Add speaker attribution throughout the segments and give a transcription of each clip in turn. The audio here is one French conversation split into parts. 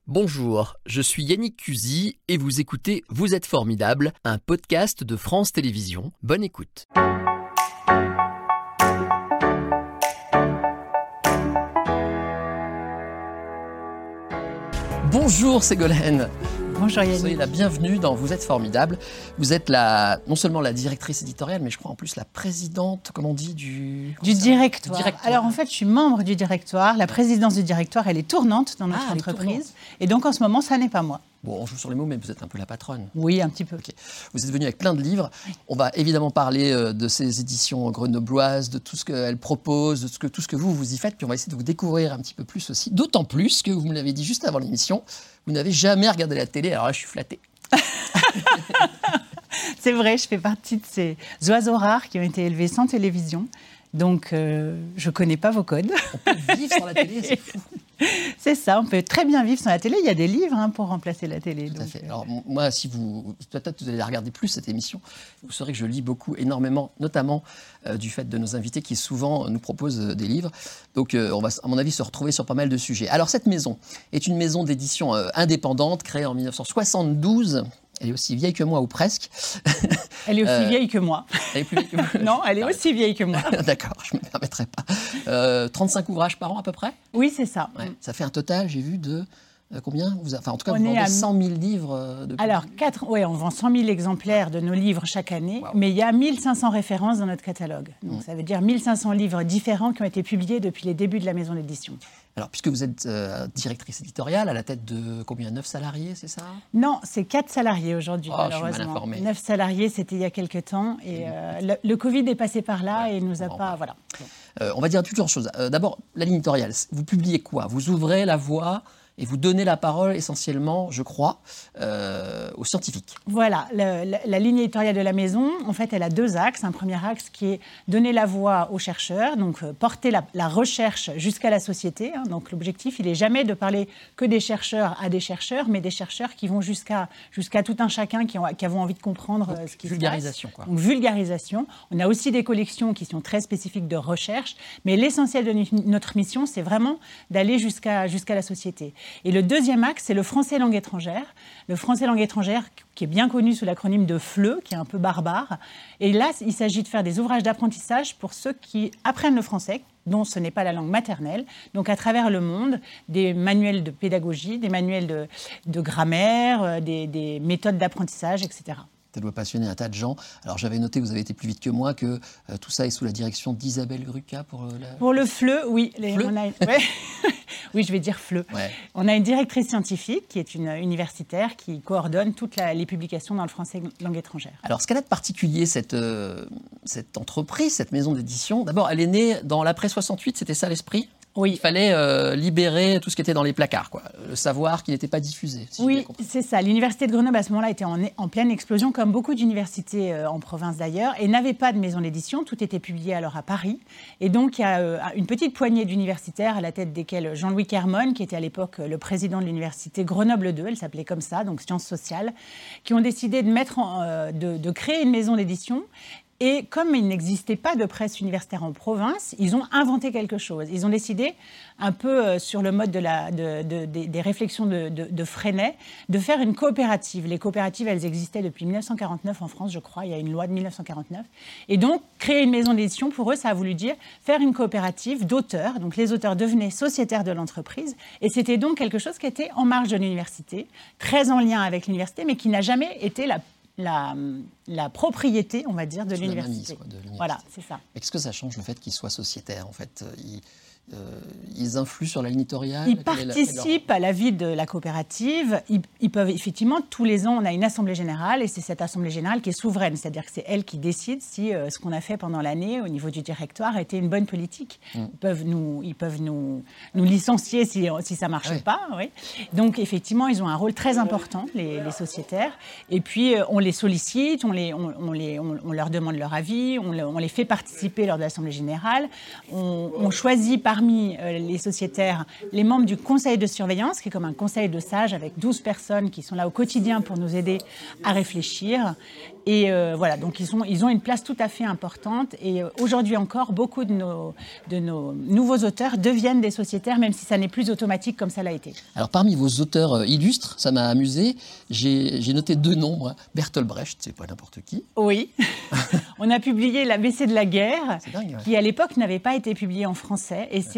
Speaker 1: Bonjour, je suis Yannick Cusy et vous écoutez Vous êtes formidable, un podcast de France Télévisions. Bonne écoute. Bonjour Ségolène.
Speaker 2: Bonjour Yannick.
Speaker 1: Soyez la bienvenue dans Vous êtes formidable. Vous êtes non seulement la directrice éditoriale, mais je crois en plus la présidente, comme on dit, du
Speaker 2: directoire. Alors en fait, je suis membre du directoire. La présidence du directoire, elle est tournante dans notre entreprise. Et donc en ce moment, ça n'est pas moi.
Speaker 1: Bon, on joue sur les mots, mais vous êtes un peu la patronne.
Speaker 2: Oui, un petit peu.
Speaker 1: Okay. Vous êtes venue avec plein de livres. On va évidemment parler de ces éditions grenobloises, de tout ce qu'elles proposent, de tout ce que vous y faites. Puis on va essayer de vous découvrir un petit peu plus aussi. D'autant plus que, vous me l'avez dit juste avant l'émission, vous n'avez jamais regardé la télé. Alors là, je suis flattée.
Speaker 2: C'est vrai, je fais partie de ces oiseaux rares qui ont été élevés sans télévision. Donc, je ne connais pas vos codes.
Speaker 1: On peut vivre sans la télé, c'est fou.
Speaker 2: C'est ça, on peut très bien vivre sans la télé. Il y a des livres pour remplacer la télé.
Speaker 1: Tout à fait. Alors moi, si peut-être vous allez regarder plus cette émission, vous saurez que je lis énormément, notamment du fait de nos invités qui souvent nous proposent des livres. Donc on va, à mon avis, se retrouver sur pas mal de sujets. Alors cette maison est une maison d'édition indépendante créée en 1972. Elle est aussi vieille que moi, ou presque.
Speaker 2: Elle est aussi vieille que moi.
Speaker 1: Elle est plus vieille que moi.
Speaker 2: Non, elle est aussi vieille que moi.
Speaker 1: D'accord, je ne me permettrai pas. 35 ouvrages par an à peu près ?
Speaker 2: Oui, c'est ça.
Speaker 1: Ouais, ça fait un total, j'ai vu, de combien ? En tout cas, vous vendez 100 000 livres depuis...
Speaker 2: Alors, on vend 100 000 exemplaires de nos livres chaque année, wow. Mais il y a 1500 références dans notre catalogue. Donc, ça veut dire 1500 livres différents qui ont été publiés depuis les débuts de la maison d'édition.
Speaker 1: Alors, puisque vous êtes directrice éditoriale, à la tête de combien ? 9 salariés, c'est ça ?
Speaker 2: Non, c'est 4 salariés aujourd'hui,
Speaker 1: malheureusement. Je suis mal informé.
Speaker 2: 9 salariés, c'était il y a quelques temps. Et le Covid est passé par là et nous a pas... Voilà.
Speaker 1: On va dire plusieurs choses. D'abord, la ligne éditoriale. Vous publiez quoi ? Vous ouvrez la voie et vous donnez la parole essentiellement, je crois, aux scientifiques.
Speaker 2: Voilà, la ligne éditoriale de la maison, en fait, elle a 2 axes. Un premier axe qui est donner la voix aux chercheurs, donc porter la recherche jusqu'à la société. Donc l'objectif, il n'est jamais de parler que des chercheurs à des chercheurs, mais des chercheurs qui vont jusqu'à tout un chacun qui avons envie de comprendre ce qui se passe.
Speaker 1: Vulgarisation, quoi.
Speaker 2: Donc vulgarisation. On a aussi des collections qui sont très spécifiques de recherche, mais l'essentiel de notre mission, c'est vraiment d'aller jusqu'à la société. Et le deuxième axe, c'est le français langue étrangère. Le français langue étrangère qui est bien connu sous l'acronyme de FLE, qui est un peu barbare. Et là, il s'agit de faire des ouvrages d'apprentissage pour ceux qui apprennent le français, dont ce n'est pas la langue maternelle. Donc à travers le monde, des manuels de pédagogie, des manuels de grammaire, des méthodes d'apprentissage, etc.
Speaker 1: Ça doit passionner un tas de gens. Alors j'avais noté, vous avez été plus vite que moi, que tout ça est sous la direction d'Isabelle Gruca
Speaker 2: pour le FLE, oui. Oui, je vais dire FLE.
Speaker 1: Ouais.
Speaker 2: On a une directrice scientifique qui est une universitaire qui coordonne toutes les publications dans le français langue étrangère.
Speaker 1: Alors ce qu'elle a de particulier, cette entreprise, cette maison d'édition, d'abord elle est née dans l'après-68, c'était ça l'esprit ?
Speaker 2: Oui.
Speaker 1: Il fallait libérer tout ce qui était dans les placards, quoi. Le savoir qui n'était pas diffusé.
Speaker 2: Oui, c'est ça. L'université de Grenoble, à ce moment-là, était en pleine explosion, comme beaucoup d'universités en province d'ailleurs, et n'avait pas de maison d'édition. Tout était publié alors à Paris. Et donc, il y a une petite poignée d'universitaires, à la tête desquels Jean-Louis Kermon, qui était à l'époque le président de l'université Grenoble 2, elle s'appelait comme ça, donc sciences sociales, qui ont décidé de créer une maison d'édition. Et comme il n'existait pas de presse universitaire en province, ils ont inventé quelque chose. Ils ont décidé, un peu sur le mode des réflexions de Freinet, de faire une coopérative. Les coopératives, elles existaient depuis 1949 en France, je crois. Il y a une loi de 1949. Et donc, créer une maison d'édition, pour eux, ça a voulu dire faire une coopérative d'auteurs. Donc, les auteurs devenaient sociétaires de l'entreprise. Et c'était donc quelque chose qui était en marge de l'université, très en lien avec l'université, mais qui n'a jamais été la propriété, on va dire, de l'université. Voilà, c'est ça.
Speaker 1: Mais qu'est-ce que ça change le fait qu'ils soient sociétaires, en fait ? Ils influent sur la ligne éditoriale ?
Speaker 2: Ils participent à la vie de la coopérative. Ils peuvent, effectivement, tous les ans, on a une assemblée générale et c'est cette assemblée générale qui est souveraine. C'est-à-dire que c'est elle qui décide si ce qu'on a fait pendant l'année au niveau du directoire a été une bonne politique. Ils peuvent nous licencier si ça ne marche pas. Oui. Donc, effectivement, ils ont un rôle très important, les sociétaires. Et puis, on les sollicite, on leur demande leur avis, on les fait participer lors de l'assemblée générale. On choisit par parmi les sociétaires, les membres du conseil de surveillance, qui est comme un conseil de sages avec 12 personnes qui sont là au quotidien pour nous aider à réfléchir. Et voilà, donc ils ont une place tout à fait importante. Et aujourd'hui encore, beaucoup de nos nouveaux auteurs deviennent des sociétaires, même si ça n'est plus automatique comme ça l'a été.
Speaker 1: Alors parmi vos auteurs illustres, ça m'a amusé, j'ai noté 2 noms. Moi. Bertolt Brecht, c'est pas n'importe qui.
Speaker 2: Oui, on a publié l'ABC de la guerre,
Speaker 1: dingue, ouais.
Speaker 2: qui à l'époque n'avait pas été publié en français. Et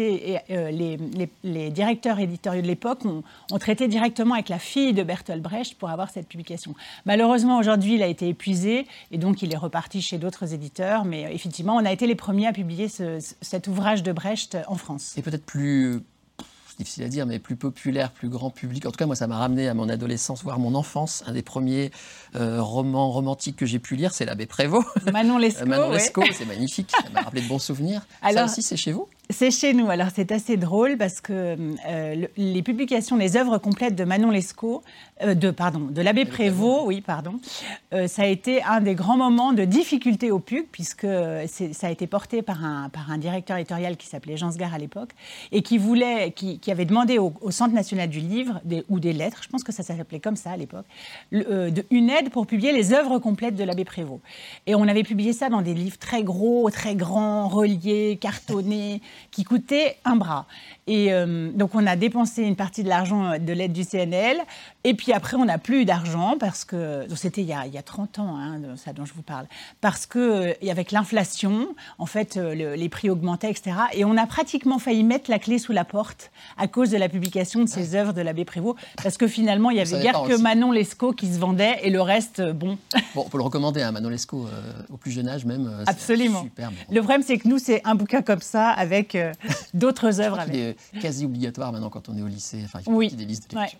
Speaker 2: les directeurs éditoriaux de l'époque ont traité directement avec la fille de Bertolt Brecht pour avoir cette publication. Malheureusement, aujourd'hui, il a été épuisé et donc il est reparti chez d'autres éditeurs. Mais effectivement, on a été les premiers à publier cet ouvrage de Brecht en France.
Speaker 1: Et peut-être plus, c'est difficile à dire, mais plus populaire, plus grand public. En tout cas, moi, ça m'a ramené à mon adolescence, voire mon enfance. Un des premiers romans romantiques que j'ai pu lire, c'est l'Abbé Prévost.
Speaker 2: Manon Lescaut,
Speaker 1: Manon Lescaut, c'est magnifique. Ça m'a rappelé de bons souvenirs. Alors, ça aussi, c'est chez vous ?
Speaker 2: C'est chez nous. Alors, c'est assez drôle parce que les publications, les œuvres complètes de Manon Lescaut, de l'Abbé Prévost, ça a été un des grands moments de difficulté au PUC, puisque ça a été porté par un directeur éditorial qui s'appelait Jean Sgar à l'époque, et qui avait demandé au Centre national du livre, ou des lettres, je pense que ça s'appelait comme ça à l'époque, une aide pour publier les œuvres complètes de l'Abbé Prévost. Et on avait publié ça dans des livres très gros, très grands, reliés, cartonnés, qui coûtait un bras. Et donc, on a dépensé une partie de l'argent de l'aide du CNL. Et puis après, on n'a plus eu d'argent parce que... Donc c'était il y a 30 ans, ça dont je vous parle. Parce qu'avec l'inflation, en fait, les prix augmentaient, etc. Et on a pratiquement failli mettre la clé sous la porte à cause de la publication de ces œuvres de l'Abbé Prévost. Parce que finalement, il n'y avait guère que Manon Lescaut qui se vendait et le reste, bon...
Speaker 1: Bon, on peut le recommander, Manon Lescaut, au plus jeune âge même.
Speaker 2: Absolument.
Speaker 1: Super, bon.
Speaker 2: Le problème, c'est que nous, c'est un bouquin comme ça avec d'autres œuvres.
Speaker 1: Il est quasi obligatoire maintenant quand on est au lycée. Enfin, il fait partie des listes de lecture.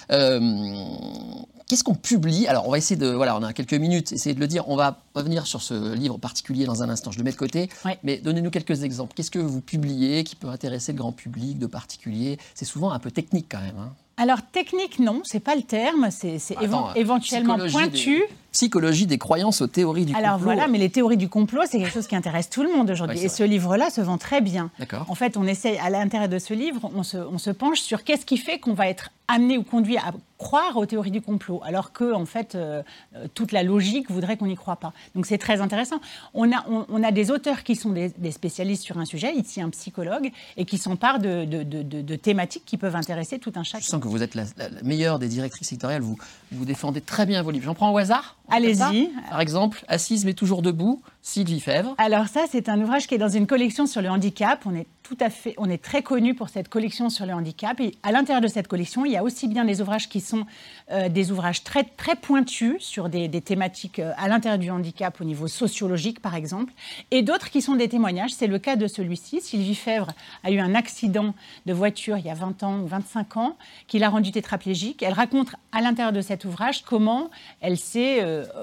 Speaker 2: Ouais.
Speaker 1: Qu'est-ce qu'on publie ? Alors, on va essayer de... Voilà, on a quelques minutes, essayer de le dire. On va revenir sur ce livre particulier dans un instant. Je le mets de côté. Ouais. Mais donnez-nous quelques exemples. Qu'est-ce que vous publiez qui peut intéresser le grand public, de particulier ? C'est souvent un peu technique quand même.
Speaker 2: Alors, technique, non, c'est pas le terme. C'est éventuellement pointu.
Speaker 1: Psychologie des croyances aux théories du complot.
Speaker 2: Alors voilà, mais les théories du complot, c'est quelque chose qui intéresse tout le monde aujourd'hui. Et ce livre-là se vend très bien.
Speaker 1: D'accord.
Speaker 2: En fait, on essaye, à l'intérieur de ce livre, on se penche sur qu'est-ce qui fait qu'on va être amené ou conduit à croire aux théories du complot, alors que, en fait, toute la logique voudrait qu'on n'y croit pas. Donc c'est très intéressant. On a des auteurs qui sont des spécialistes sur un sujet, ici un psychologue, et qui s'emparent de thématiques qui peuvent intéresser tout un chacun.
Speaker 1: Je sens que vous êtes la meilleure des directrices éditoriales. Vous défendez très bien vos livres. J'en prends au hasard.
Speaker 2: Allez-y.
Speaker 1: Par exemple, Assise mais toujours debout, Sylvie Fèvre.
Speaker 2: Alors ça, c'est un ouvrage qui est dans une collection sur le handicap. On est très connu pour cette collection sur le handicap. Et à l'intérieur de cette collection, il y a aussi bien des ouvrages qui sont des ouvrages très, très pointus sur des thématiques à l'intérieur du handicap au niveau sociologique, par exemple, et d'autres qui sont des témoignages. C'est le cas de celui-ci. Sylvie Fèvre a eu un accident de voiture il y a 20 ans ou 25 ans qui l'a rendue tétraplégique. Elle raconte à l'intérieur de cet ouvrage comment elle s'est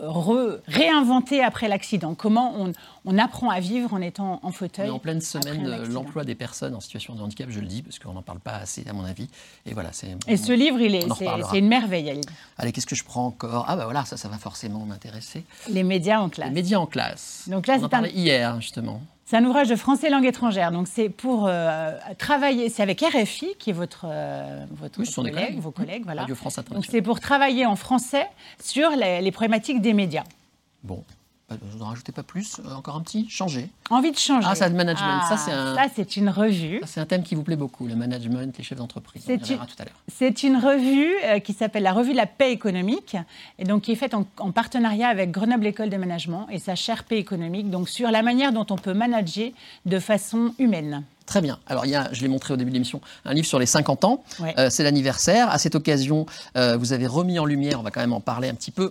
Speaker 2: réinventée après l'accident, comment on apprend à vivre en étant en fauteuil.
Speaker 1: On est en pleine semaine de l'emploi des personnes en situation de handicap, je le dis, parce qu'on n'en parle pas assez, à mon avis. Et voilà,
Speaker 2: ce livre, c'est une merveille à lire.
Speaker 1: Allez, qu'est-ce que je prends encore ? Ah, ben voilà, ça va forcément m'intéresser.
Speaker 2: Les médias en classe.
Speaker 1: Les médias en classe.
Speaker 2: Donc là,
Speaker 1: on en parlait hier, justement.
Speaker 2: C'est un ouvrage de français langue étrangère. Donc c'est pour travailler. C'est avec RFI, qui est votre collègue, vos collègues, voilà.
Speaker 1: Radio France Internationale.
Speaker 2: Donc c'est pour travailler en français sur les problématiques des médias.
Speaker 1: Bon. Je n'en rajoutais pas plus. Encore un petit. Changer.
Speaker 2: Envie de changer.
Speaker 1: Ah, c'est le management. Ça,
Speaker 2: c'est une revue.
Speaker 1: C'est un thème qui vous plaît beaucoup, le management, les chefs d'entreprise. On y reviendra tout à l'heure.
Speaker 2: C'est une revue qui s'appelle la Revue de la paix économique, et donc qui est faite en partenariat avec Grenoble École de Management et sa chaire paix économique, donc sur la manière dont on peut manager de façon humaine.
Speaker 1: Très bien. Alors, il y a, je l'ai montré au début de l'émission, un livre sur les 50 ans.
Speaker 2: Ouais.
Speaker 1: C'est l'anniversaire. À cette occasion, vous avez remis en lumière, on va quand même en parler un petit peu,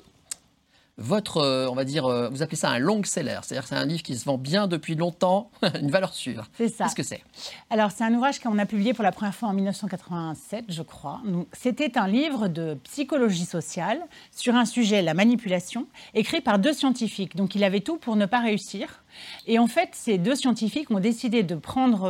Speaker 1: on va dire, vous appelez ça un long seller, c'est-à-dire que c'est un livre qui se vend bien depuis longtemps, une valeur sûre.
Speaker 2: C'est ça.
Speaker 1: Qu'est-ce que c'est ?
Speaker 2: Alors, c'est un ouvrage qu'on a publié pour la première fois en 1987, je crois. C'était un livre de psychologie sociale sur un sujet, la manipulation, écrit par 2 scientifiques. Donc, il avait tout pour ne pas réussir. Et en fait, ces 2 scientifiques ont décidé de prendre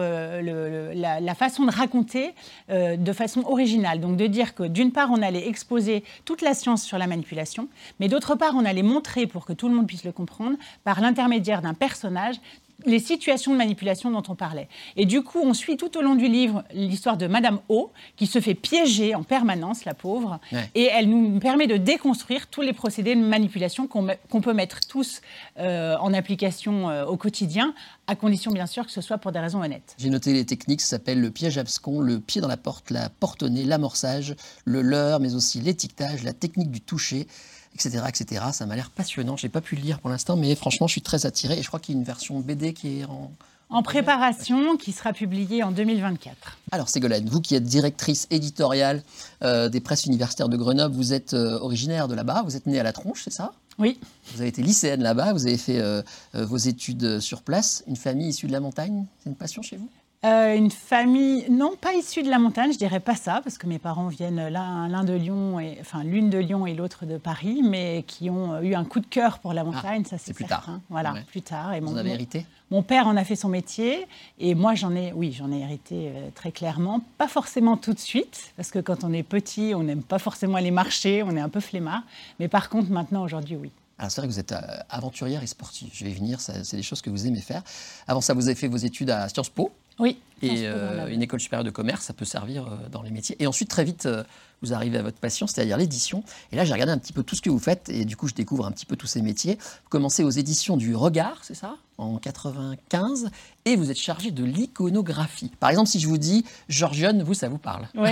Speaker 2: la façon de raconter de façon originale. Donc de dire que d'une part, on allait exposer toute la science sur la manipulation, mais d'autre part, on allait montrer, pour que tout le monde puisse le comprendre, par l'intermédiaire d'un personnage, les situations de manipulation dont on parlait. Et du coup, on suit tout au long du livre l'histoire de Madame O, qui se fait piéger en permanence, la pauvre, et elle nous permet de déconstruire tous les procédés de manipulation qu'on peut mettre tous en application au quotidien, à condition bien sûr que ce soit pour des raisons honnêtes.
Speaker 1: J'ai noté les techniques, ça s'appelle le piège abscon, le pied dans la porte, la porte au nez, l'amorçage, le leurre, mais aussi l'étiquetage, la technique du toucher, etc., etc. Ça m'a l'air passionnant. Je n'ai pas pu le lire pour l'instant, mais franchement, je suis très attiré. Et je crois qu'il y a une version BD qui est
Speaker 2: en préparation, qui sera publiée en 2024.
Speaker 1: Alors Ségolène, vous qui êtes directrice éditoriale des presses universitaires de Grenoble, vous êtes originaire de là-bas, vous êtes née à La Tronche, c'est ça ?
Speaker 2: Oui.
Speaker 1: Vous avez été lycéenne là-bas, vous avez fait vos études sur place. Une famille issue de la montagne, c'est une passion chez vous ?
Speaker 2: Une famille, non pas issue de la montagne, je dirais pas ça, parce que mes parents viennent l'un de Lyon, l'une de Lyon et l'autre de Paris, mais qui ont eu un coup de cœur pour la montagne, ça c'est
Speaker 1: plus
Speaker 2: certain.
Speaker 1: Tard.
Speaker 2: Voilà, plus tard. Et
Speaker 1: vous en avez hérité ?
Speaker 2: Mon père en a fait son métier, et moi j'en ai hérité très clairement, pas forcément tout de suite, parce que quand on est petit, on n'aime pas forcément aller marcher, on est un peu flemmard, mais par contre maintenant, aujourd'hui, oui.
Speaker 1: Alors c'est vrai que vous êtes aventurière et sportive, je vais y venir, c'est des choses que vous aimez faire. Avant ça, vous avez fait vos études à Sciences Po.
Speaker 2: Oui.
Speaker 1: Et une école supérieure de commerce, ça peut servir dans les métiers. Et ensuite, très vite, vous arrivez à votre passion, c'est-à-dire l'édition. Et là, j'ai regardé un petit peu tout ce que vous faites, et du coup, je découvre un petit peu tous ces métiers. Vous commencez aux éditions du Regard, c'est ça ? En 95, et vous êtes chargé de l'iconographie. Par exemple, si je vous dis Giorgione, vous, ça vous parle ?
Speaker 2: Oui.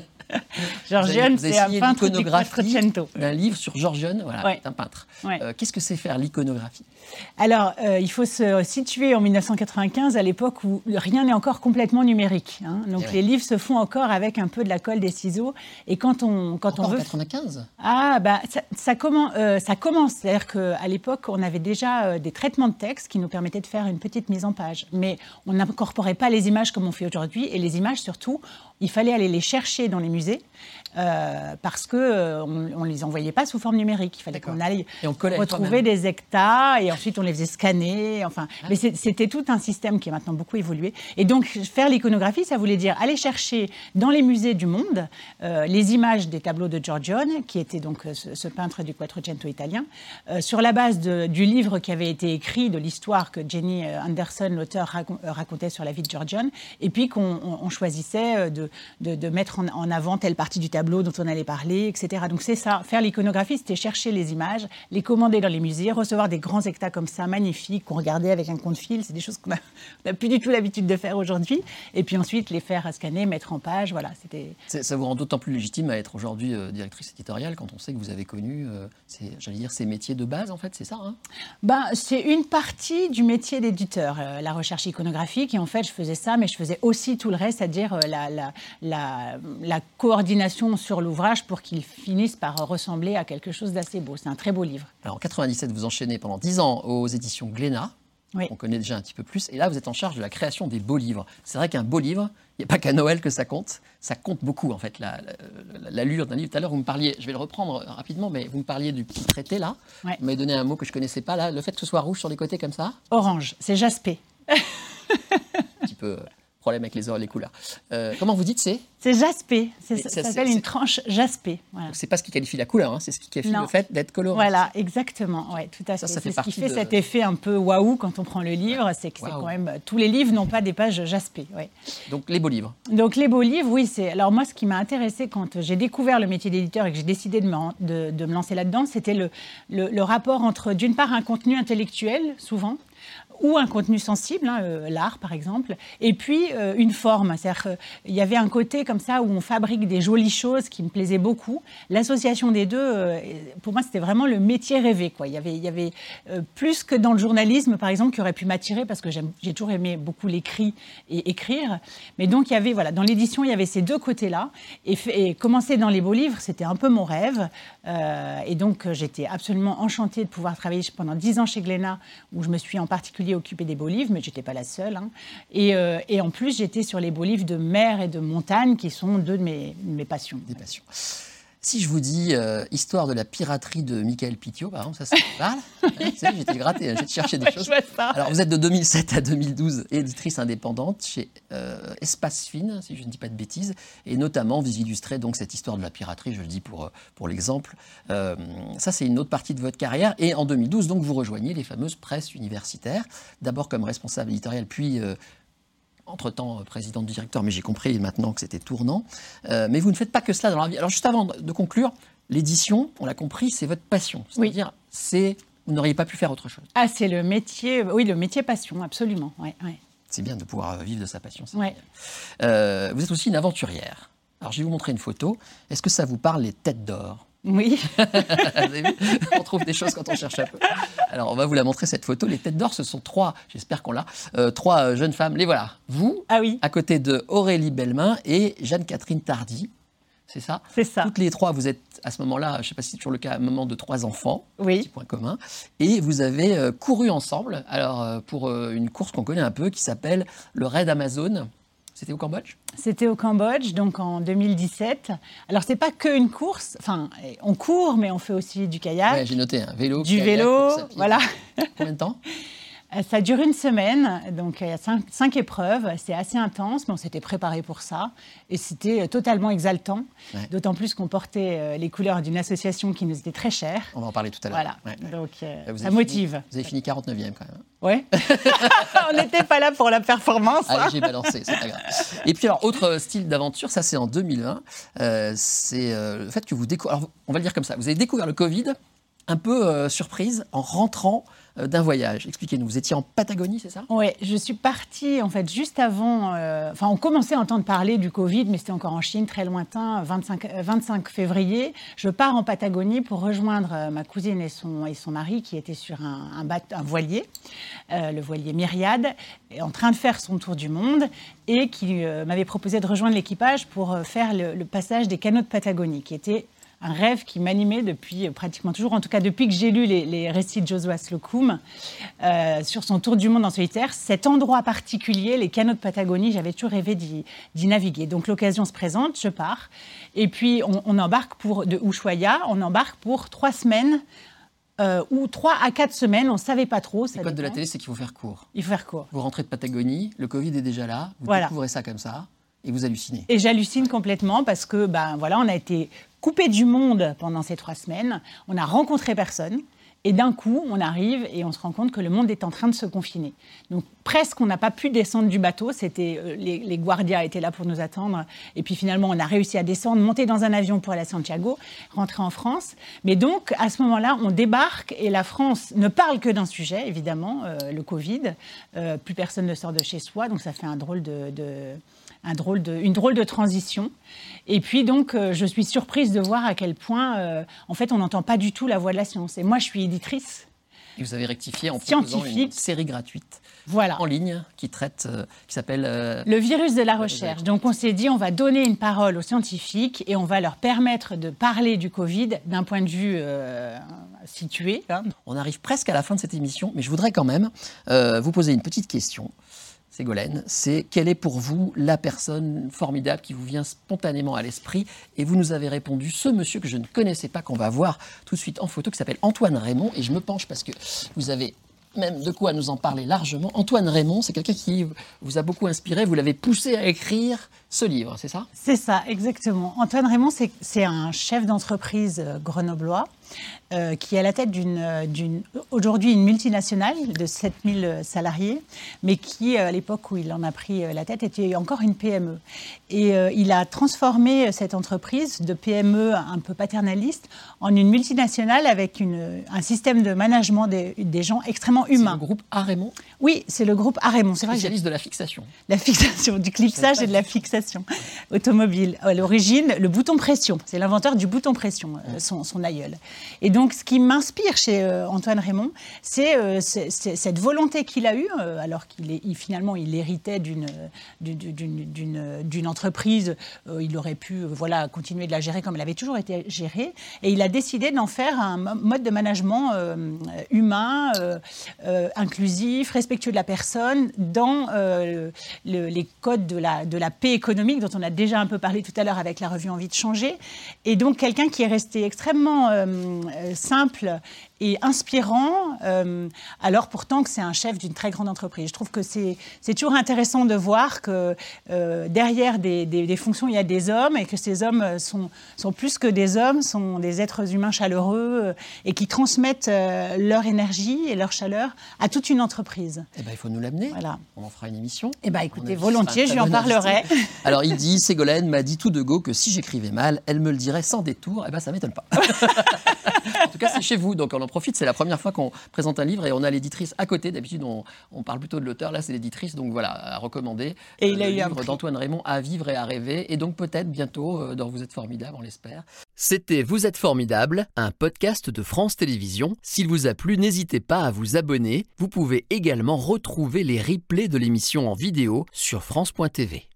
Speaker 2: Giorgione, c'est un peintre du Quattrocento.
Speaker 1: Un livre sur Giorgione, voilà,
Speaker 2: ouais.
Speaker 1: C'est un peintre.
Speaker 2: Ouais.
Speaker 1: Qu'est-ce que c'est faire l'iconographie ?
Speaker 2: Alors, il faut se situer en 1995, à l'époque où rien n'est encore complètement numérique. Hein. Donc, les livres se font encore avec un peu de la colle, des ciseaux. Et quand on veut...
Speaker 1: 95 ?
Speaker 2: Ah, bah, ça commence. C'est-à-dire qu'à l'époque, on avait déjà des traitements de texte qui nous permettaient de faire une petite mise en page. Mais on n'incorporait pas les images comme on fait aujourd'hui. Et les images, surtout, il fallait aller les chercher dans les musées. Parce qu'on ne les envoyait pas sous forme numérique. Il fallait qu'on aille retrouver des hectares et ensuite on les faisait scanner. Enfin, mais c'était tout un système qui a maintenant beaucoup évolué. Et donc, faire l'iconographie, ça voulait dire aller chercher dans les musées du monde les images des tableaux de Giorgione, qui était donc ce peintre du Quattrocento italien, sur la base du livre qui avait été écrit, de l'histoire que Jenny Anderson, l'auteur, racontait sur la vie de Giorgione, et puis qu'on choisissait de mettre en avant telle partie du tableau dont on allait parler, etc. Donc c'est ça, faire l'iconographie, c'était chercher les images, les commander dans les musées, recevoir des grands hectares comme ça, magnifiques, qu'on regardait avec un compte-fil, c'est des choses qu'on n'a plus du tout l'habitude de faire aujourd'hui, et puis ensuite les faire scanner, mettre en page, voilà.
Speaker 1: Ça vous rend d'autant plus légitime à être aujourd'hui directrice éditoriale quand on sait que vous avez connu, ces métiers de base en fait, c'est ça hein ?
Speaker 2: C'est une partie du métier d'éditeur, la recherche iconographique, et en fait je faisais ça, mais je faisais aussi tout le reste, c'est-à-dire la coordination sur l'ouvrage pour qu'il finisse par ressembler à quelque chose d'assez beau. C'est un très beau livre.
Speaker 1: Alors en 97, vous enchaînez pendant 10 ans aux éditions Glénat.
Speaker 2: Oui.
Speaker 1: On connaît déjà un petit peu plus. Et là, vous êtes en charge de la création des beaux livres. C'est vrai qu'un beau livre, il n'y a pas qu'à Noël que ça compte. Ça compte beaucoup, en fait, l'allure d'un livre. Tout à l'heure, vous me parliez, je vais le reprendre rapidement, mais vous me parliez du petit traité, là.
Speaker 2: Ouais.
Speaker 1: Vous m'avez donné un mot que je ne connaissais pas, là. Le fait que ce soit rouge sur les côtés, comme ça.
Speaker 2: Orange, c'est jaspé.
Speaker 1: Un petit peu... problème avec les couleurs. Comment vous dites
Speaker 2: c'est jaspé. Ça s'appelle une tranche jaspée. Voilà.
Speaker 1: C'est pas ce qui qualifie la couleur, hein, c'est ce qui qualifie le fait d'être coloré.
Speaker 2: Voilà, exactement. Ouais, tout à fait.
Speaker 1: Ça fait
Speaker 2: c'est ce qui fait cet effet un peu waouh quand on prend le livre. C'est que c'est quand même tous les livres n'ont pas des pages jaspées. Ouais.
Speaker 1: Donc les beaux livres.
Speaker 2: Donc les beaux livres, oui. Alors moi, ce qui m'a intéressée quand j'ai découvert le métier d'éditeur et que j'ai décidé de me lancer là-dedans, c'était le rapport entre d'une part un contenu intellectuel, souvent, ou un contenu sensible, l'art par exemple, et puis une forme. C'est-à-dire qu'il y avait un côté comme ça où on fabrique des jolies choses qui me plaisait beaucoup. L'association des deux, pour moi, c'était vraiment le métier rêvé, quoi. Il y avait plus que dans le journalisme, par exemple, qui aurait pu m'attirer parce que j'ai toujours aimé beaucoup l'écrit et écrire. Mais donc, il y avait, dans l'édition, il y avait ces deux côtés-là. Et commencer dans les beaux livres, c'était un peu mon rêve. Et donc, j'étais absolument enchantée de pouvoir travailler pendant 10 ans chez Glénat, où je me suis en particulier occupée des beaux livres, mais je n'étais pas la seule. Hein. Et en plus, j'étais sur les beaux livres de mer et de montagne, qui sont deux de mes passions.
Speaker 1: Des passions. Si je vous dis histoire de la piraterie de Michael Pitio, par exemple, ça vous parle? J'étais gratté, j'ai cherché des choses. Alors, vous êtes de 2007 à 2012 éditrice indépendante chez Espace Fine, si je ne dis pas de bêtises, et notamment vous illustrez donc cette histoire de la piraterie, je le dis pour l'exemple. Ça, c'est une autre partie de votre carrière. Et en 2012, donc, vous rejoignez les fameuses presses universitaires, d'abord comme responsable éditorial, puis entre-temps présidente du directeur, mais j'ai compris maintenant que c'était tournant. Mais vous ne faites pas que cela dans la vie. Alors juste avant de conclure, l'édition, on l'a compris, c'est votre passion. C'est-à-dire, vous n'auriez pas pu faire autre chose.
Speaker 2: Ah, c'est le métier, oui, le métier passion, absolument. Ouais.
Speaker 1: C'est bien de pouvoir vivre de sa passion.
Speaker 2: Ouais.
Speaker 1: Vous êtes aussi une aventurière. Alors je vais vous montrer une photo. Est-ce que ça vous parle, les têtes d'or?
Speaker 2: Oui.
Speaker 1: Vous avez vu, on trouve des choses quand on cherche un peu. Alors, on va vous la montrer, cette photo. Les têtes d'or, ce sont j'espère qu'on l'a, trois jeunes femmes. Les voilà. Vous, à côté de Aurélie Bellemin et Jeanne-Catherine Tardy. C'est ça?
Speaker 2: C'est ça.
Speaker 1: Toutes les trois, vous êtes à ce moment-là, je ne sais pas si c'est toujours le cas, maman de 3 enfants.
Speaker 2: Oui.
Speaker 1: Petit point commun. Et vous avez couru ensemble, alors pour une course qu'on connaît un peu, qui s'appelle le Raid Amazon. C'était au Cambodge?
Speaker 2: C'était au Cambodge, donc en 2017. Alors, c'est pas qu'une course. Enfin, on court, mais on fait aussi du kayak.
Speaker 1: Ouais, j'ai noté, un vélo,
Speaker 2: du
Speaker 1: kayak,
Speaker 2: vélo,
Speaker 1: course à pied.
Speaker 2: voilà.
Speaker 1: Combien de temps?
Speaker 2: Ça dure une semaine, donc il y a 5 épreuves. C'est assez intense, mais on s'était préparé pour ça. Et c'était totalement exaltant, d'autant plus qu'on portait les couleurs d'une association qui nous était très chère.
Speaker 1: On va en parler tout à l'heure.
Speaker 2: Voilà, donc ça motive.
Speaker 1: Vous avez fini 49e quand même.
Speaker 2: Oui. On n'était pas là pour la performance.
Speaker 1: Allez, j'ai balancé, c'est pas grave. Et puis alors, autre style d'aventure, ça c'est en 2020, c'est le fait que vous découvrez... Alors, on va le dire comme ça, vous avez découvert le Covid un peu surprise en rentrant d'un voyage. Expliquez-nous, vous étiez en Patagonie, c'est ça?
Speaker 2: Oui, je suis partie en fait juste avant, on commençait à entendre parler du Covid, mais c'était encore en Chine, très lointain, 25 février. Je pars en Patagonie pour rejoindre ma cousine et son mari qui étaient sur un voilier, le voilier Myriade, en train de faire son tour du monde et qui m'avait proposé de rejoindre l'équipage pour faire le passage des canaux de Patagonie, qui était un rêve qui m'animait depuis pratiquement toujours, en tout cas depuis que j'ai lu les récits de Joshua Slocum sur son tour du monde en solitaire. Cet endroit particulier, les canaux de Patagonie, j'avais toujours rêvé d'y naviguer. Donc l'occasion se présente, je pars. Et puis on embarque de Ushuaia, on embarque pour 3 semaines ou 3 à 4 semaines, on ne savait pas trop.
Speaker 1: Le code de la télé, c'est qu'il faut faire court.
Speaker 2: Il faut faire court.
Speaker 1: Vous rentrez de Patagonie, le Covid est déjà là, vous découvrez ça comme ça. Et vous hallucinez.
Speaker 2: Et j'hallucine complètement parce que, on a été coupé du monde pendant ces 3 semaines. On n'a rencontré personne. Et d'un coup, on arrive et on se rend compte que le monde est en train de se confiner. Donc presque, on n'a pas pu descendre du bateau. Les guardias étaient là pour nous attendre. Et puis finalement, on a réussi à descendre, monter dans un avion pour aller à Santiago, rentrer en France. Mais donc, à ce moment-là, on débarque et la France ne parle que d'un sujet, évidemment, le Covid. Plus personne ne sort de chez soi. Donc ça fait une drôle de transition. Et puis donc, je suis surprise de voir à quel point, en fait, on n'entend pas du tout la voix de la science. Et moi, je suis éditrice.
Speaker 1: Et vous avez rectifié en proposant une série gratuite en ligne qui s'appelle...
Speaker 2: Le virus de la recherche. Donc on s'est dit, on va donner une parole aux scientifiques et on va leur permettre de parler du Covid d'un point de vue situé.
Speaker 1: On arrive presque à la fin de cette émission, mais je voudrais quand même vous poser une petite question. Ségolène, c'est quelle est pour vous la personne formidable qui vous vient spontanément à l'esprit? Et vous nous avez répondu, ce monsieur que je ne connaissais pas, qu'on va voir tout de suite en photo, qui s'appelle Antoine Raymond. Et je me penche parce que vous avez même de quoi nous en parler largement. Antoine Raymond, c'est quelqu'un qui vous a beaucoup inspiré, vous l'avez poussé à écrire ce livre, c'est ça? C'est
Speaker 2: ça, exactement. Antoine Raymond, c'est un chef d'entreprise grenoblois qui est à la tête aujourd'hui une multinationale de 7000 salariés, mais qui, à l'époque où il en a pris la tête, était encore une PME. Et il a transformé cette entreprise de PME un peu paternaliste en une multinationale avec un système de management des gens extrêmement humain.
Speaker 1: C'est le groupe Raymond?
Speaker 2: Oui, c'est le groupe Raymond. C'est vrai.
Speaker 1: Spécialiste de la fixation.
Speaker 2: La fixation, du clipsage et de la fixation automobile. À l'origine, le bouton pression. C'est l'inventeur du bouton pression, son aïeul. Et donc, ce qui m'inspire chez Antoine Raymond, c'est cette volonté qu'il a eue, alors finalement, il héritait d'une entreprise. Il aurait pu continuer de la gérer comme elle avait toujours été gérée. Et il a décidé d'en faire un mode de management humain, inclusif, respectueux de la personne, dans les codes de la paix économique, dont on a déjà un peu parlé tout à l'heure avec la revue Envie de changer. Et donc, quelqu'un qui est resté extrêmement simple et inspirant, alors pourtant que c'est un chef d'une très grande entreprise. Je trouve que c'est toujours intéressant de voir que derrière des fonctions, il y a des hommes, et que ces hommes sont plus que des hommes, sont des êtres humains chaleureux et qui transmettent leur énergie et leur chaleur à toute une entreprise.
Speaker 1: Eh ben, il faut nous l'amener.
Speaker 2: Voilà.
Speaker 1: On en fera une émission.
Speaker 2: Eh ben, écoutez, volontiers, je lui en parlerai.
Speaker 1: Alors, il dit, Ségolène m'a dit tout de go que si j'écrivais mal, elle me le dirait sans détour. Eh ben, ça m'étonne pas. En tout cas, c'est chez vous, donc on en profite. C'est la première fois qu'on présente un livre et on a l'éditrice à côté. D'habitude, on parle plutôt de l'auteur. Là, c'est l'éditrice, donc voilà, à recommander.
Speaker 2: Et il a eu
Speaker 1: le
Speaker 2: un
Speaker 1: livre
Speaker 2: prix
Speaker 1: d'Antoine Raymond, À vivre et à rêver. Et donc peut-être bientôt dans Vous êtes formidable, on l'espère.
Speaker 3: C'était Vous êtes formidable, un podcast de France Télévisions. S'il vous a plu, n'hésitez pas à vous abonner. Vous pouvez également retrouver les replays de l'émission en vidéo sur France.tv.